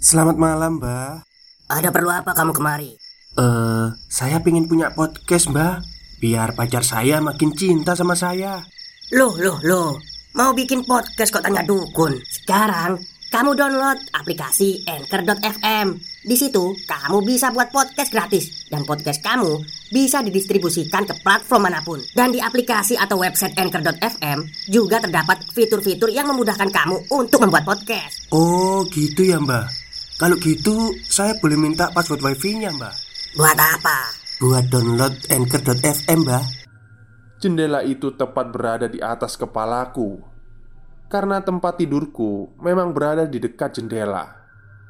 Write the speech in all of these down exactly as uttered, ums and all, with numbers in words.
Selamat malam, Mbak. Ada perlu apa kamu kemari? Eh, saya pengen punya podcast, Mbak. Biar pacar saya makin cinta sama saya. Loh, loh, loh. Mau bikin podcast kok tanya dukun? Sekarang kamu download aplikasi Anchor dot f m. Di situ kamu bisa buat podcast gratis dan podcast kamu bisa didistribusikan ke platform manapun. Dan di aplikasi atau website Anchor dot f m juga terdapat fitur-fitur yang memudahkan kamu untuk membuat podcast. Oh, gitu ya, Mbak. Kalau gitu, saya boleh minta password wifi-nya, Mbak. Buat apa? Buat download Anchor dot f m, Mbak. Jendela itu tepat berada di atas kepalaku, karena tempat tidurku memang berada di dekat jendela.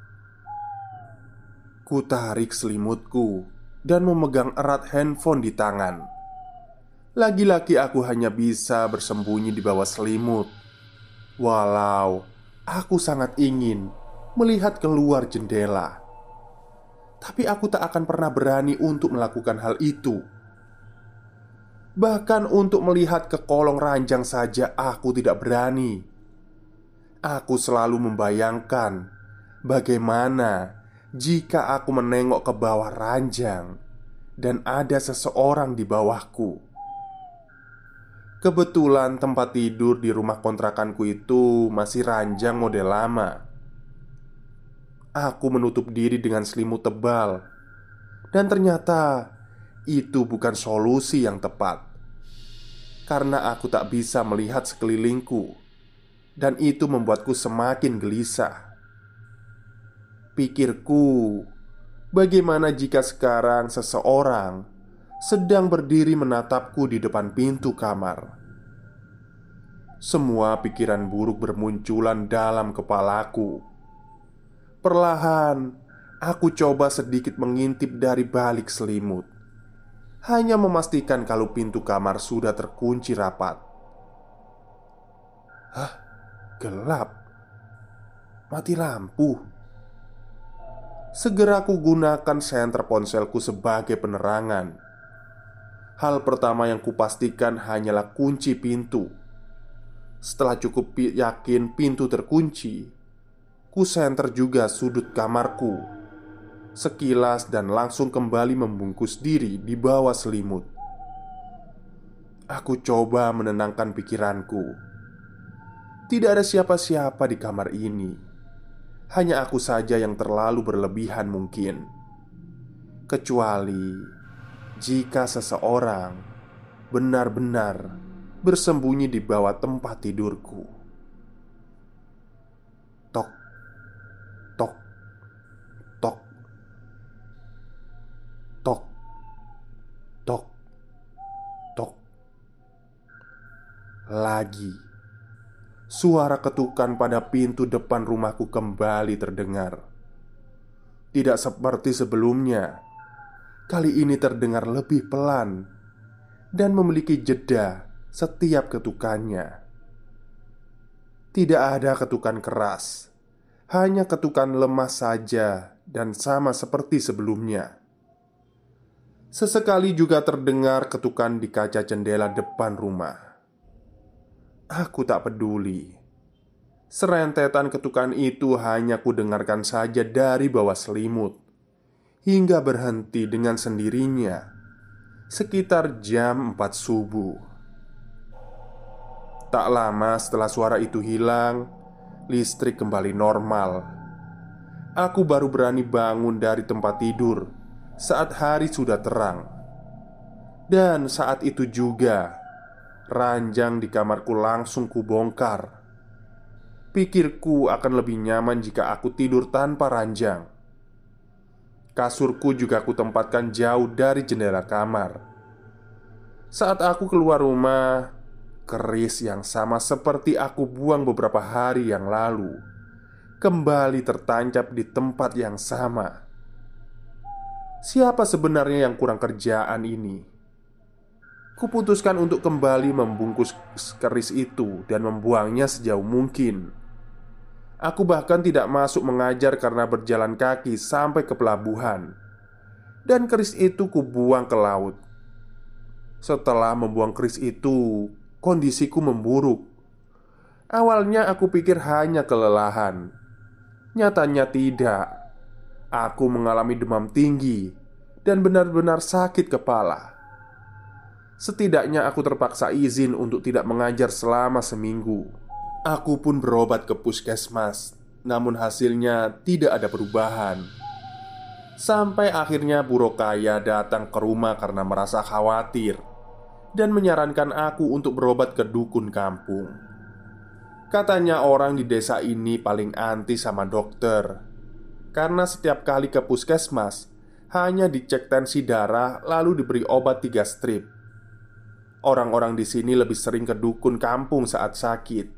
Ku tarik selimutku dan memegang erat handphone di tangan. Lagi-lagi aku hanya bisa bersembunyi di bawah selimut, walau aku sangat ingin melihat keluar jendela. Tapi aku tak akan pernah berani untuk melakukan hal itu. Bahkan untuk melihat ke kolong ranjang saja aku tidak berani. Aku selalu membayangkan bagaimana jika aku menengok ke bawah ranjang dan ada seseorang di bawahku. Kebetulan tempat tidur di rumah kontrakanku itu masih ranjang model lama. Aku menutup diri dengan selimut tebal, dan ternyata itu bukan solusi yang tepat, karena aku tak bisa melihat sekelilingku, dan itu membuatku semakin gelisah. Pikirku, bagaimana jika sekarang seseorang sedang berdiri menatapku di depan pintu kamar? Semua pikiran buruk bermunculan dalam kepalaku. Perlahan, aku coba sedikit mengintip dari balik selimut, hanya memastikan kalau pintu kamar sudah terkunci rapat. Hah? Gelap. Mati lampu. Segera aku gunakan senter ponselku sebagai penerangan. Hal pertama yang kupastikan hanyalah kunci pintu. Setelah cukup yakin pintu terkunci, ku senter juga sudut kamarku sekilas dan langsung kembali membungkus diri di bawah selimut. Aku coba menenangkan pikiranku. Tidak ada siapa-siapa di kamar ini. Hanya aku saja yang terlalu berlebihan mungkin. Kecuali jika seseorang benar-benar bersembunyi di bawah tempat tidurku. Tok, tok, tok, tok, tok, tok. Lagi, suara ketukan pada pintu depan rumahku kembali terdengar. Tidak seperti sebelumnya. Kali ini terdengar lebih pelan dan memiliki jeda setiap ketukannya. Tidak ada ketukan keras, hanya ketukan lemah saja dan sama seperti sebelumnya. Sesekali juga terdengar ketukan di kaca jendela depan rumah. Aku tak peduli. Serentetan ketukan itu hanya kudengarkan saja dari bawah selimut, hingga berhenti dengan sendirinya sekitar jam empat subuh. Tak lama setelah suara itu hilang, listrik kembali normal. Aku baru berani bangun dari tempat tidur saat hari sudah terang. Dan saat itu juga ranjang di kamarku langsung kubongkar. Pikirku akan lebih nyaman jika aku tidur tanpa ranjang. Kasurku juga kutempatkan jauh dari jendela kamar. Saat aku keluar rumah, keris yang sama seperti aku buang beberapa hari yang lalu kembali tertancap di tempat yang sama. Siapa sebenarnya yang kurang kerjaan ini? Kuputuskan untuk kembali membungkus keris itu dan membuangnya sejauh mungkin. Aku bahkan tidak masuk mengajar karena berjalan kaki sampai ke pelabuhan. Dan keris itu kubuang ke laut. Setelah membuang keris itu, kondisiku memburuk. Awalnya aku pikir hanya kelelahan. Nyatanya tidak. Aku mengalami demam tinggi dan benar-benar sakit kepala. Setidaknya aku terpaksa izin untuk tidak mengajar selama seminggu. Aku pun berobat ke puskesmas, namun hasilnya tidak ada perubahan. Sampai akhirnya Bu Rokaya datang ke rumah karena merasa khawatir dan menyarankan aku untuk berobat ke dukun kampung. Katanya orang di desa ini paling anti sama dokter, karena setiap kali ke puskesmas hanya dicek tensi darah lalu diberi obat tiga strip. Orang-orang di sini lebih sering ke dukun kampung saat sakit.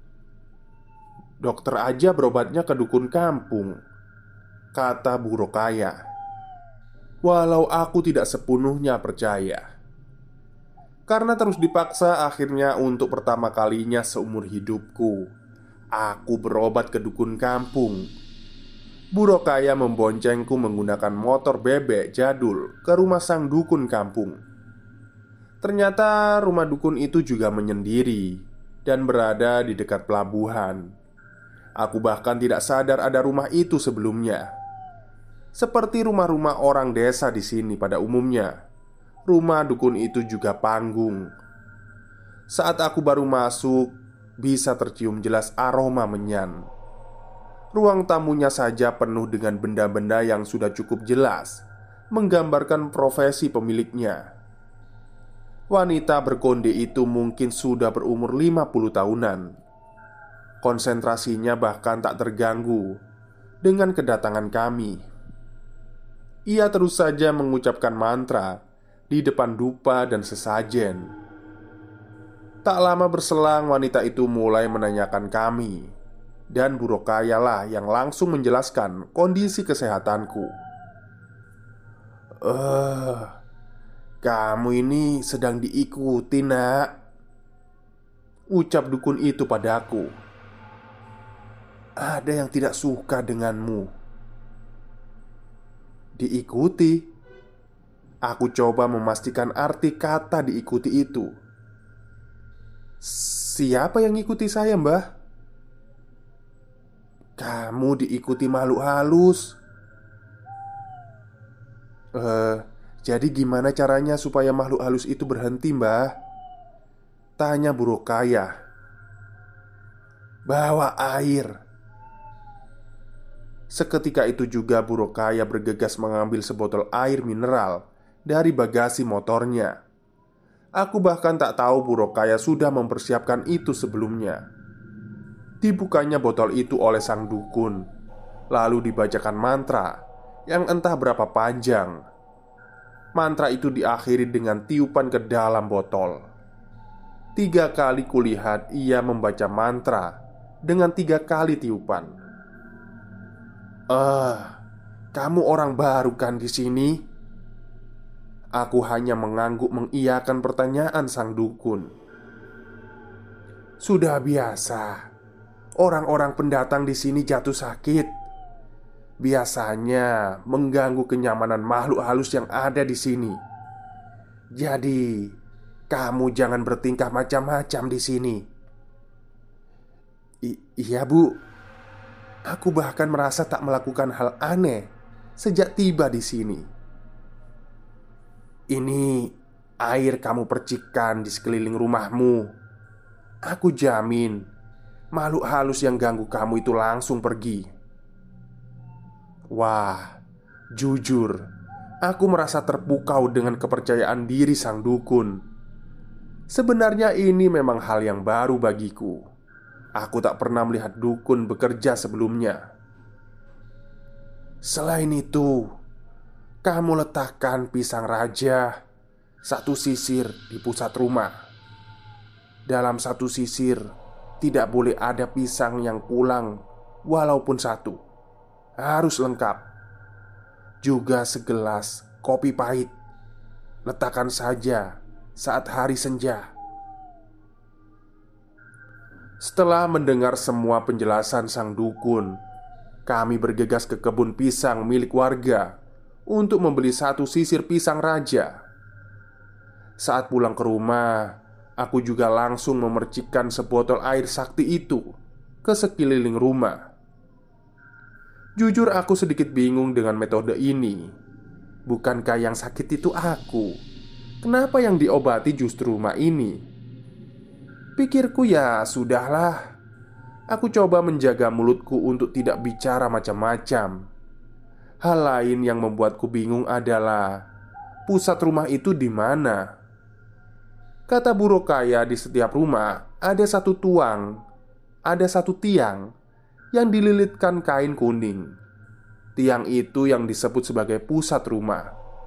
Dokter aja berobatnya ke dukun kampung, kata Bu Rokaya. Walau aku tidak sepenuhnya percaya. Karena terus dipaksa, akhirnya untuk pertama kalinya seumur hidupku aku berobat ke dukun kampung. Bu Rokaya memboncengku menggunakan motor bebek jadul ke rumah sang dukun kampung. Ternyata rumah dukun itu juga menyendiri dan berada di dekat pelabuhan. Aku bahkan tidak sadar ada rumah itu sebelumnya. Seperti rumah-rumah orang desa di sini pada umumnya, rumah dukun itu juga panggung. Saat aku baru masuk, bisa tercium jelas aroma menyan. Ruang tamunya saja penuh dengan benda-benda yang sudah cukup jelas menggambarkan profesi pemiliknya. Wanita berkonde itu mungkin sudah berumur lima puluh tahunan. Konsentrasinya bahkan tak terganggu dengan kedatangan kami. Ia terus saja mengucapkan mantra di depan dupa dan sesajen. Tak lama berselang, wanita itu mulai menanyakan kami, dan Bu Rokaya lah yang langsung menjelaskan kondisi kesehatanku. Eh, kamu ini sedang diikuti, nak, ucap dukun itu padaku. Ada yang tidak suka denganmu. Diikuti? Aku coba memastikan arti kata diikuti itu. Siapa yang ikuti saya, Mbah? Kamu diikuti makhluk halus. Eh, jadi gimana caranya supaya makhluk halus itu berhenti, Mbah? Tanya Bu Rokaya. Bawa air. Seketika itu juga Bu Rokaya bergegas mengambil sebotol air mineral dari bagasi motornya. Aku bahkan tak tahu Bu Rokaya sudah mempersiapkan itu sebelumnya. Dibukanya botol itu oleh sang dukun, lalu dibacakan mantra yang entah berapa panjang. Mantra itu diakhiri dengan tiupan ke dalam botol. Tiga kali kulihat ia membaca mantra dengan tiga kali tiupan. Eh, kamu orang baru kan di sini? Aku hanya mengangguk mengiyakan pertanyaan sang dukun. Sudah biasa. Orang-orang pendatang di sini jatuh sakit. Biasanya mengganggu kenyamanan makhluk halus yang ada di sini. Jadi, kamu jangan bertingkah macam-macam di sini. I- iya, Bu. Aku bahkan merasa tak melakukan hal aneh sejak tiba di sini. Ini air kamu percikan di sekeliling rumahmu. Aku jamin makhluk halus yang ganggu kamu itu langsung pergi. Wah, jujur, aku merasa terpukau dengan kepercayaan diri sang dukun. Sebenarnya ini memang hal yang baru bagiku. Aku tak pernah melihat dukun bekerja sebelumnya. Selain itu, kamu letakkan pisang raja satu sisir di pusat rumah. Dalam satu sisir tidak boleh ada pisang yang pulang, walaupun satu. Harus lengkap. Juga segelas kopi pahit. Letakkan saja saat hari senja. Setelah mendengar semua penjelasan sang dukun, kami bergegas ke kebun pisang milik warga untuk membeli satu sisir pisang raja. Saat pulang ke rumah, aku juga langsung memercikkan sebotol air sakti itu ke sekeliling rumah. Jujur aku sedikit bingung dengan metode ini. Bukankah yang sakit itu aku? Kenapa yang diobati justru rumah ini? Pikirku ya sudahlah. Aku coba menjaga mulutku untuk tidak bicara macam-macam. Hal lain yang membuatku bingung adalah pusat rumah itu di mana? Kata Bu Rokaya, di setiap rumah ada satu tuang, ada satu tiang yang dililitkan kain kuning. Tiang itu yang disebut sebagai pusat rumah.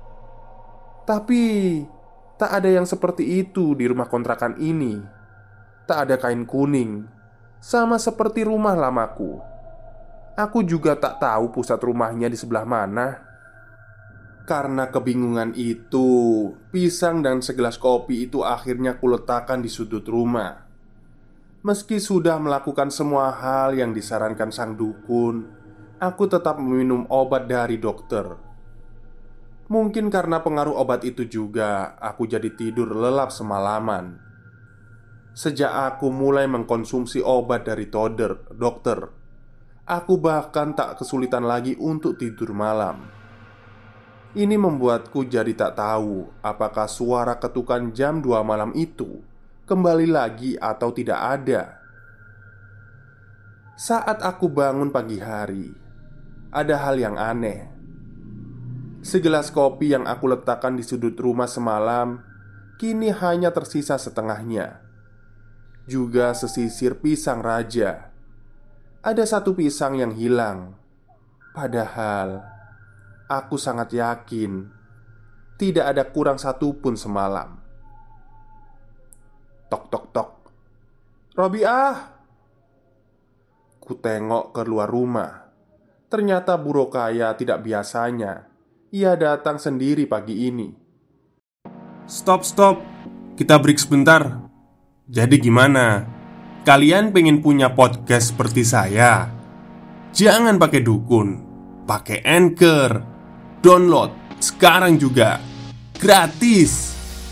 Tapi tak ada yang seperti itu di rumah kontrakan ini. Tak ada kain kuning, sama seperti rumah lamaku. Aku juga tak tahu pusat rumahnya di sebelah mana. Karena kebingungan itu, pisang dan segelas kopi itu akhirnya kuletakkan di sudut rumah. Meski sudah melakukan semua hal yang disarankan sang dukun, aku tetap meminum obat dari dokter. Mungkin karena pengaruh obat itu juga, aku jadi tidur lelap semalaman. Sejak aku mulai mengkonsumsi obat dari toder, dokter, aku bahkan tak kesulitan lagi untuk tidur malam. Ini membuatku jadi tak tahu apakah suara ketukan jam dua malam itu kembali lagi atau tidak ada. Saat aku bangun pagi hari, ada hal yang aneh. Segelas kopi yang aku letakkan di sudut rumah semalam kini hanya tersisa setengahnya. Juga sesisir pisang raja. Ada satu pisang yang hilang. Padahal aku sangat yakin tidak ada kurang satu pun semalam. Tok tok tok. Robiah. Ku tengok keluar rumah. Ternyata Bu Rokaya tidak biasanya. Ia datang sendiri pagi ini. Stop, stop. Kita break sebentar. Jadi gimana? Kalian pengen punya podcast seperti saya? Jangan pakai dukun, pakai Anchor. Download sekarang juga. Gratis.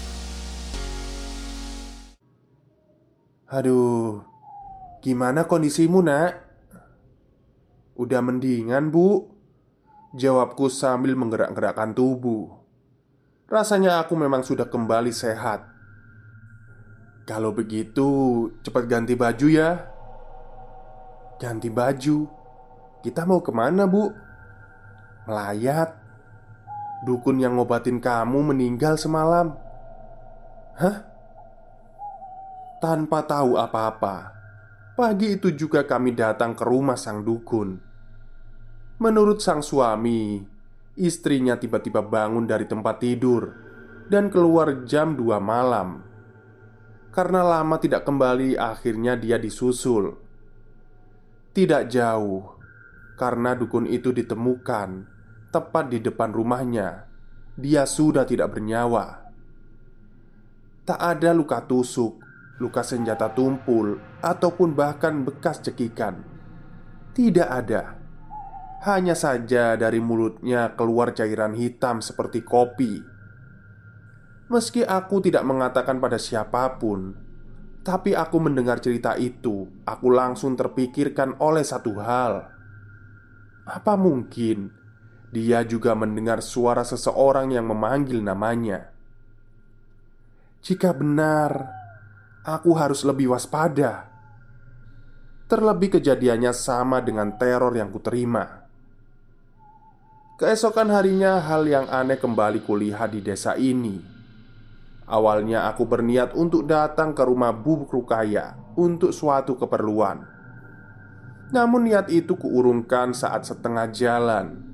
Aduh, gimana kondisimu, Nak? Udah mendingan, Bu? Jawabku sambil menggerak-gerakkan tubuh. Rasanya aku memang sudah kembali sehat. Kalau begitu, cepat ganti baju ya. Ganti baju? Kita mau kemana, Bu? Melayat. Dukun yang ngobatin kamu meninggal semalam. Hah? Tanpa tahu apa-apa, pagi itu juga kami datang ke rumah sang dukun. Menurut sang suami, istrinya tiba-tiba bangun dari tempat tidur dan keluar jam dua malam. Karena lama tidak kembali, akhirnya dia disusul. Tidak jauh, karena dukun itu ditemukan tepat di depan rumahnya. Dia sudah tidak bernyawa. Tak ada luka tusuk, luka senjata tumpul, ataupun bahkan bekas cekikan. Tidak ada. Hanya saja dari mulutnya keluar cairan hitam seperti kopi. Meski aku tidak mengatakan pada siapapun, tapi aku mendengar cerita itu, aku langsung terpikirkan oleh satu hal. Apa mungkin dia juga mendengar suara seseorang yang memanggil namanya? Jika benar, aku harus lebih waspada. Terlebih kejadiannya sama dengan teror yang kuterima. Keesokan harinya hal yang aneh kembali kulihat di desa ini. Awalnya aku berniat untuk datang ke rumah Bu Rokaya untuk suatu keperluan. Namun niat itu kuurungkan saat setengah jalan.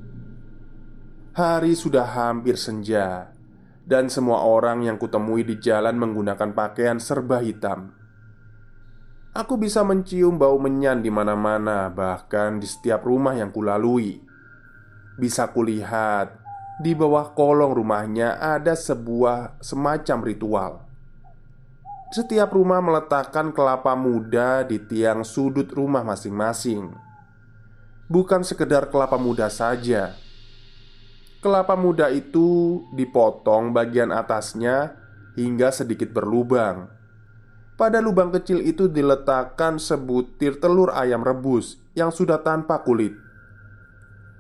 Hari sudah hampir senja, dan semua orang yang kutemui di jalan menggunakan pakaian serba hitam. Aku bisa mencium bau menyan di mana-mana, bahkan di setiap rumah yang kulalui. Bisa kulihat di bawah kolong rumahnya ada sebuah semacam ritual. Setiap rumah meletakkan kelapa muda di tiang sudut rumah masing-masing. Bukan sekedar kelapa muda saja. Kelapa muda itu dipotong bagian atasnya hingga sedikit berlubang. Pada lubang kecil itu diletakkan sebutir telur ayam rebus yang sudah tanpa kulit.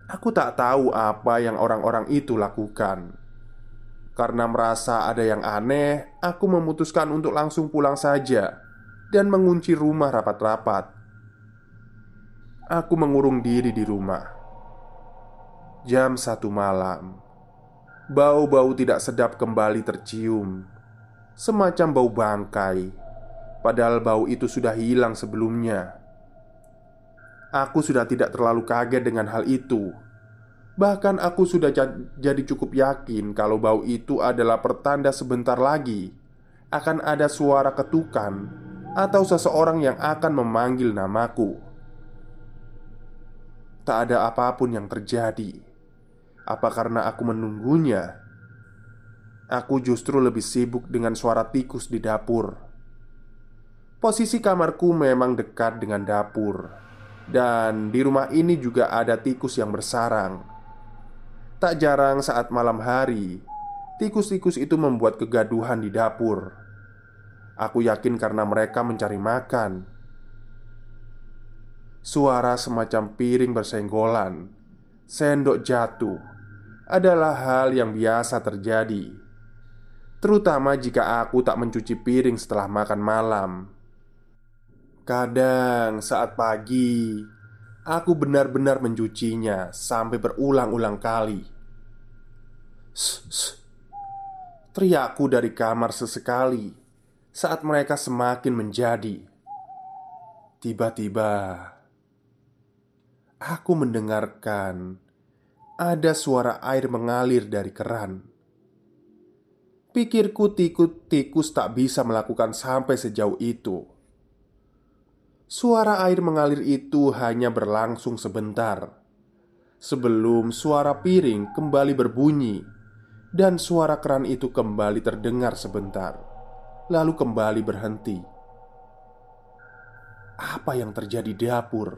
Aku tak tahu apa yang orang-orang itu lakukan. Karena merasa ada yang aneh, aku memutuskan untuk langsung pulang saja dan mengunci rumah rapat-rapat. Aku mengurung diri di rumah. Jam satu malam, bau-bau tidak sedap kembali tercium, semacam bau bangkai. Padahal bau itu sudah hilang sebelumnya. Aku sudah tidak terlalu kaget dengan hal itu. Bahkan aku sudah jadi cukup yakin kalau bau itu adalah pertanda sebentar lagi akan ada suara ketukan atau seseorang yang akan memanggil namaku. Tak ada apapun yang terjadi. Apa karena aku menunggunya? Aku justru lebih sibuk dengan suara tikus di dapur. Posisi kamarku memang dekat dengan dapur, dan di rumah ini juga ada tikus yang bersarang. Tak jarang saat malam hari, tikus-tikus itu membuat kegaduhan di dapur. Aku yakin karena mereka mencari makan. Suara semacam piring bersenggolan, sendok jatuh adalah hal yang biasa terjadi, terutama jika aku tak mencuci piring setelah makan malam. Kadang saat pagi, aku benar-benar mencucinya sampai berulang-ulang kali. Shh, shh. Teriakku dari kamar sesekali saat mereka semakin menjadi. Tiba-tiba aku mendengarkan ada suara air mengalir dari keran. Pikirku tikus-tikus tak bisa melakukan sampai sejauh itu. Suara air mengalir itu hanya berlangsung sebentar sebelum suara piring kembali berbunyi dan suara keran itu kembali terdengar sebentar, lalu kembali berhenti. Apa yang terjadi di dapur?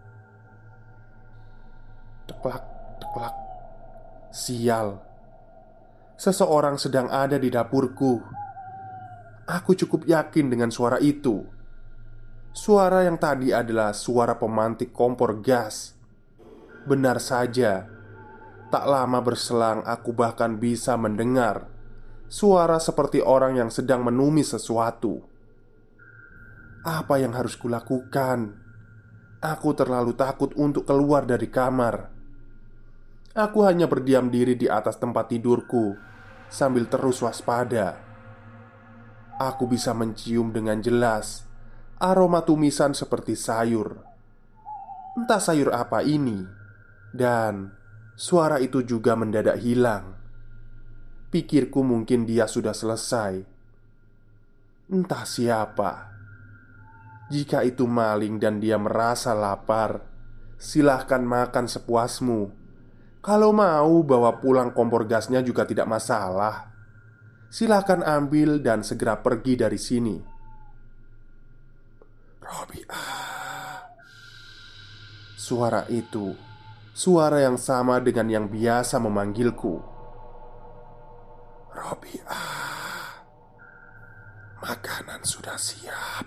Teklak, teklak. Sial. Seseorang sedang ada di dapurku. Aku cukup yakin dengan suara itu. Suara yang tadi adalah suara pemantik kompor gas. Benar saja, tak lama berselang aku bahkan bisa mendengar suara seperti orang yang sedang menumis sesuatu. Apa yang harus kulakukan? Aku terlalu takut untuk keluar dari kamar. Aku hanya berdiam diri di atas tempat tidurku sambil terus waspada. Aku bisa mencium dengan jelas aroma tumisan seperti sayur. Entah sayur apa ini. Dan suara itu juga mendadak hilang. Pikirku mungkin dia sudah selesai. Entah siapa. Jika itu maling dan dia merasa lapar, silahkan makan sepuasmu. Kalau mau bawa pulang kompor gasnya juga tidak masalah. Silahkan ambil dan segera pergi dari sini. Robiah. Suara itu, suara yang sama dengan yang biasa memanggilku. Robiah, makanan sudah siap.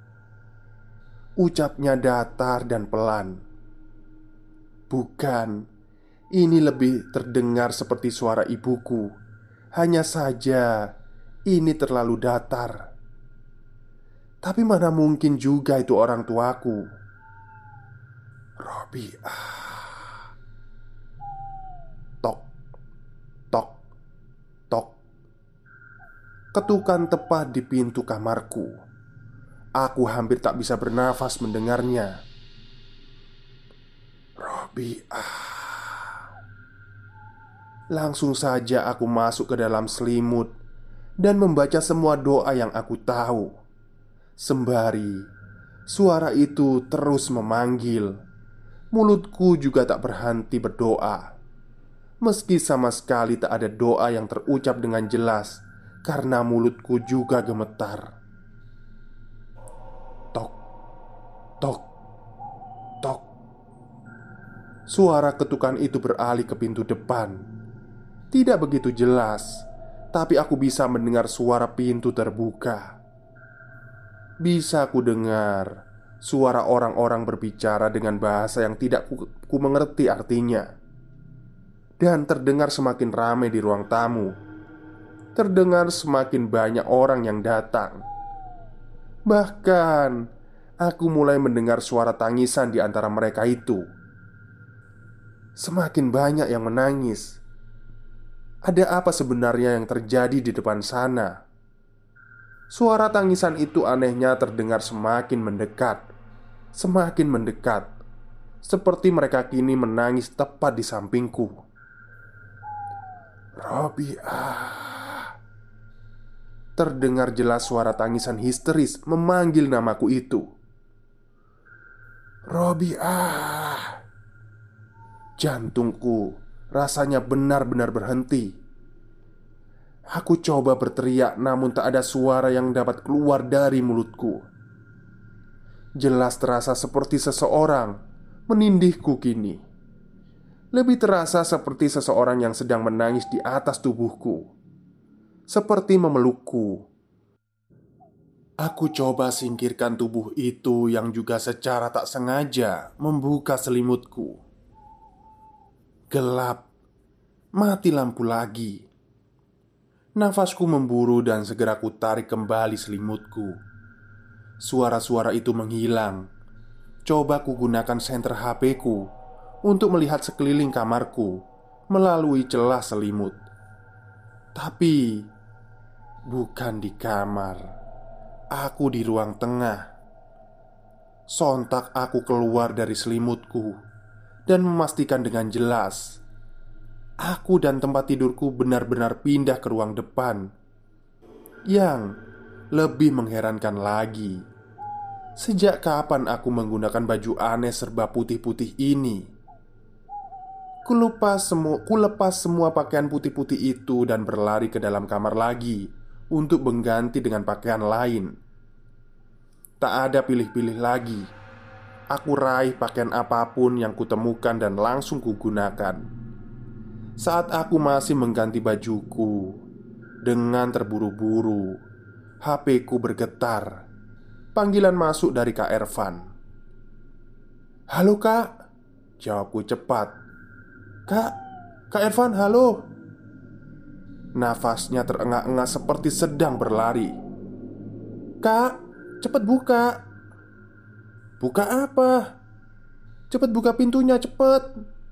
Ucapnya datar dan pelan. Bukan, ini lebih terdengar seperti suara ibuku. Hanya saja, ini terlalu datar. Tapi mana mungkin juga itu orang tuaku. Robiah. Tok, tok, tok. Ketukan tepat di pintu kamarku. Aku hampir tak bisa bernafas mendengarnya. Robiah. Langsung saja aku masuk ke dalam selimut dan membaca semua doa yang aku tahu. Sembari suara itu terus memanggil, mulutku juga tak berhenti berdoa. Meski sama sekali tak ada doa yang terucap dengan jelas, karena mulutku juga gemetar. Tok, tok, tok. Suara ketukan itu beralih ke pintu depan. Tidak begitu jelas, tapi aku bisa mendengar suara pintu terbuka. Bisa ku dengar suara orang-orang berbicara dengan bahasa yang tidak ku, ku mengerti artinya. dan terdengar semakin ramai di ruang tamu. Terdengar semakin banyak orang yang datang. Bahkan aku mulai mendengar suara tangisan di antara mereka itu. Semakin banyak yang menangis. Ada apa sebenarnya yang terjadi di depan sana? Suara tangisan itu anehnya terdengar semakin mendekat, semakin mendekat, seperti mereka kini menangis tepat di sampingku. Robiah. Terdengar jelas suara tangisan histeris memanggil namaku itu. Robiah. Jantungku rasanya benar-benar berhenti. Aku coba berteriak, namun tak ada suara yang dapat keluar dari mulutku. Jelas terasa seperti seseorang menindihku kini. Lebih terasa seperti seseorang yang sedang menangis di atas tubuhku, seperti memelukku. Aku coba singkirkan tubuh itu yang juga secara tak sengaja membuka selimutku. Gelap, mati lampu lagi. Nafasku memburu dan segera ku tarik kembali selimutku. Suara-suara itu menghilang. Coba ku gunakan senter H P-ku untuk melihat sekeliling kamarku melalui celah selimut. Tapi bukan di kamar. Aku di ruang tengah. Sontak aku keluar dari selimutku dan memastikan dengan jelas aku dan tempat tidurku benar-benar pindah ke ruang depan. Yang lebih mengherankan lagi, sejak kapan aku menggunakan baju aneh serba putih-putih ini? Kulepas semua, kulepas semua pakaian putih-putih itu dan berlari ke dalam kamar lagi untuk mengganti dengan pakaian lain. Tak ada pilih-pilih lagi. Aku raih pakaian apapun yang kutemukan dan langsung kugunakan. Saat aku masih mengganti bajuku, dengan terburu-buru, H P-ku bergetar. Panggilan masuk dari Kak Ervan. "Halo Kak," jawabku cepat. "Kak, Kak Ervan, halo." Nafasnya terengah-engah seperti sedang berlari. "Kak, cepet buka." "Buka apa?" "Cepet buka pintunya, cepet."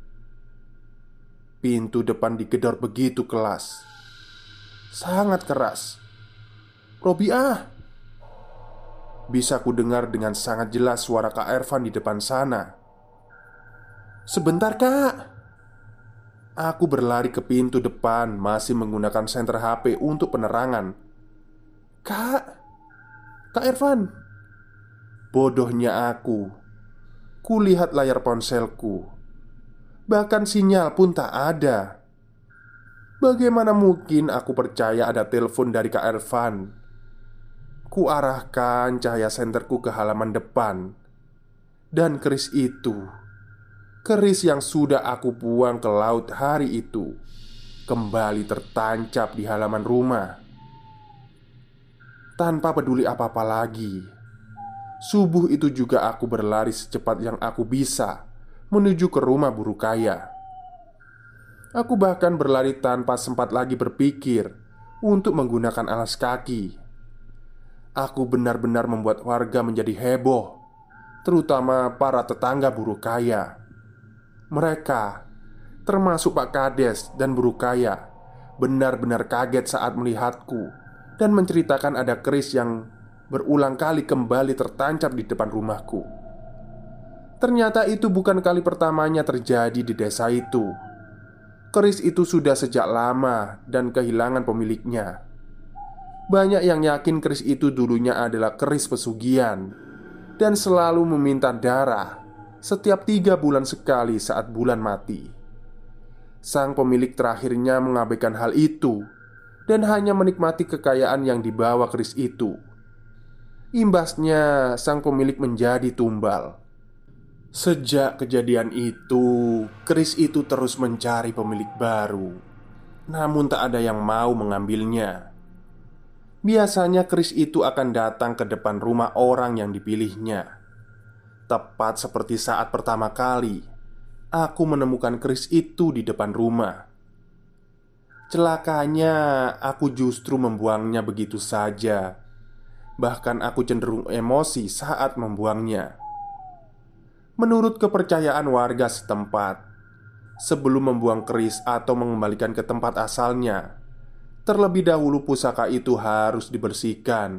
Pintu depan digedor begitu keras, sangat keras. "Robiah." Bisa ku dengar dengan sangat jelas suara Kak Ervan di depan sana. "Sebentar Kak." Aku berlari ke pintu depan, masih menggunakan senter H P untuk penerangan. "Kak, Kak Ervan." Bodohnya aku. Kulihat layar ponselku. Bahkan sinyal pun tak ada. Bagaimana mungkin aku percaya ada telepon dari Kak Ervan? Kuarahkan cahaya senterku ke halaman depan. Dan keris itu, keris yang sudah aku buang ke laut hari itu, kembali tertancap di halaman rumah. Tanpa peduli apa-apa lagi, subuh itu juga aku berlari secepat yang aku bisa menuju ke rumah Buru Kaya. Aku bahkan berlari tanpa sempat lagi berpikir untuk menggunakan alas kaki. Aku benar-benar membuat warga menjadi heboh, terutama para tetangga Buru Kaya. Mereka, termasuk Pak Kades dan Buru Kaya, benar-benar kaget saat melihatku dan menceritakan ada keris yang berulang kali kembali tertancap di depan rumahku. Ternyata itu bukan kali pertamanya terjadi di desa itu. Keris itu sudah sejak lama dan kehilangan pemiliknya. Banyak yang yakin keris itu dulunya adalah keris pesugihan dan selalu meminta darah setiap tiga bulan sekali saat bulan mati. Sang pemilik terakhirnya mengabaikan hal itu dan hanya menikmati kekayaan yang dibawa keris itu. Imbasnya, sang pemilik menjadi tumbal. Sejak kejadian itu, keris itu terus mencari pemilik baru. Namun tak ada yang mau mengambilnya. Biasanya keris itu akan datang ke depan rumah orang yang dipilihnya. Tepat seperti saat pertama kali aku menemukan keris itu di depan rumah. Celakanya, aku justru membuangnya begitu saja. Bahkan aku cenderung emosi saat membuangnya. Menurut kepercayaan warga setempat, sebelum membuang keris atau mengembalikan ke tempat asalnya, terlebih dahulu pusaka itu harus dibersihkan.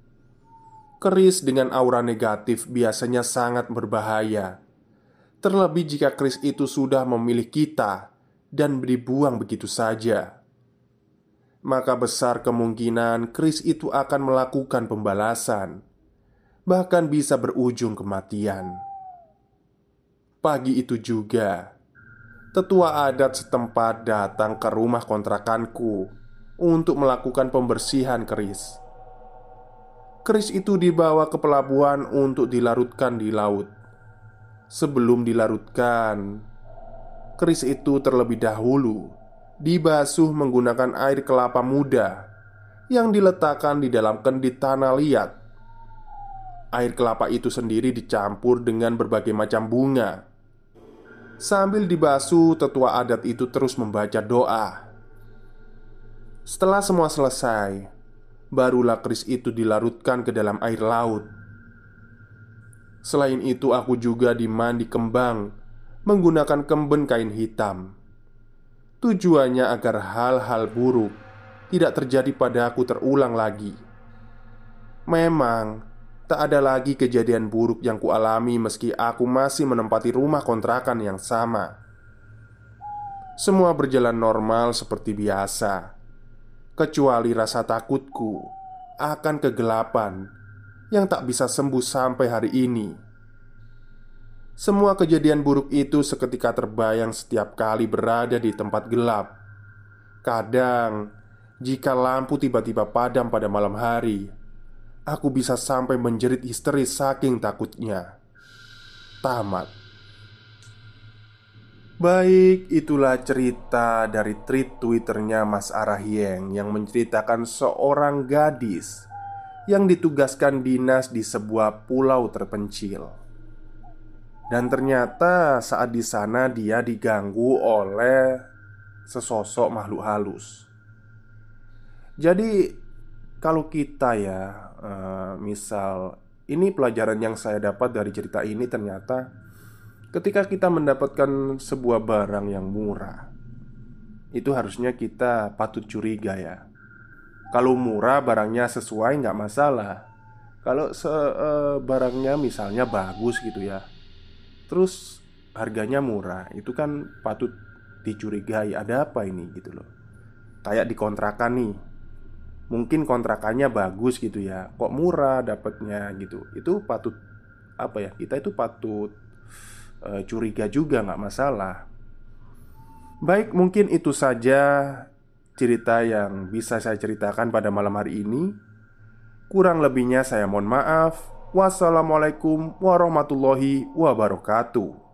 Keris dengan aura negatif biasanya sangat berbahaya, terlebih jika keris itu sudah memilih kita dan dibuang begitu saja. Maka besar kemungkinan keris itu akan melakukan pembalasan, bahkan bisa berujung kematian. Pagi itu juga, tetua adat setempat datang ke rumah kontrakanku untuk melakukan pembersihan keris. Keris itu dibawa ke pelabuhan untuk dilarutkan di laut. Sebelum dilarutkan, keris itu terlebih dahulu dibasuh menggunakan air kelapa muda yang diletakkan di dalam kendit tanah liat. Air kelapa itu sendiri dicampur dengan berbagai macam bunga. Sambil dibasuh, tetua adat itu terus membaca doa. Setelah semua selesai, barulah keris itu dilarutkan ke dalam air laut. Selain itu, aku juga dimandi kembang menggunakan kemben kain hitam. Tujuannya agar hal-hal buruk tidak terjadi padaku terulang lagi. Memang tak ada lagi kejadian buruk yang kualami meski aku masih menempati rumah kontrakan yang sama. Semua berjalan normal seperti biasa, kecuali rasa takutku akan kegelapan yang tak bisa sembuh sampai hari ini. Semua kejadian buruk itu seketika terbayang setiap kali berada di tempat gelap. Kadang, jika lampu tiba-tiba padam pada malam hari, aku bisa sampai menjerit histeris saking takutnya. Tamat. Baik, itulah cerita dari tweet Twitternya Mas Arahyeng yang menceritakan seorang gadis yang ditugaskan dinas di sebuah pulau terpencil. Dan ternyata saat di sana dia diganggu oleh sesosok makhluk halus. Jadi kalau kita ya, uh, misal ini pelajaran yang saya dapat dari cerita ini, ternyata ketika kita mendapatkan sebuah barang yang murah, itu harusnya kita patut curiga ya. Kalau murah barangnya sesuai nggak masalah. Kalau se uh, barangnya misalnya bagus gitu ya, terus harganya murah, itu kan patut dicurigai. Ada apa ini gitu loh. Kayak di kontrakan nih, mungkin kontrakannya bagus gitu ya, kok murah dapatnya gitu. Itu patut apa ya, kita itu patut uh, curiga juga, nggak masalah. Baik, mungkin itu saja cerita yang bisa saya ceritakan pada malam hari ini. Kurang lebihnya saya mohon maaf. Wassalamualaikum warahmatullahi wabarakatuh.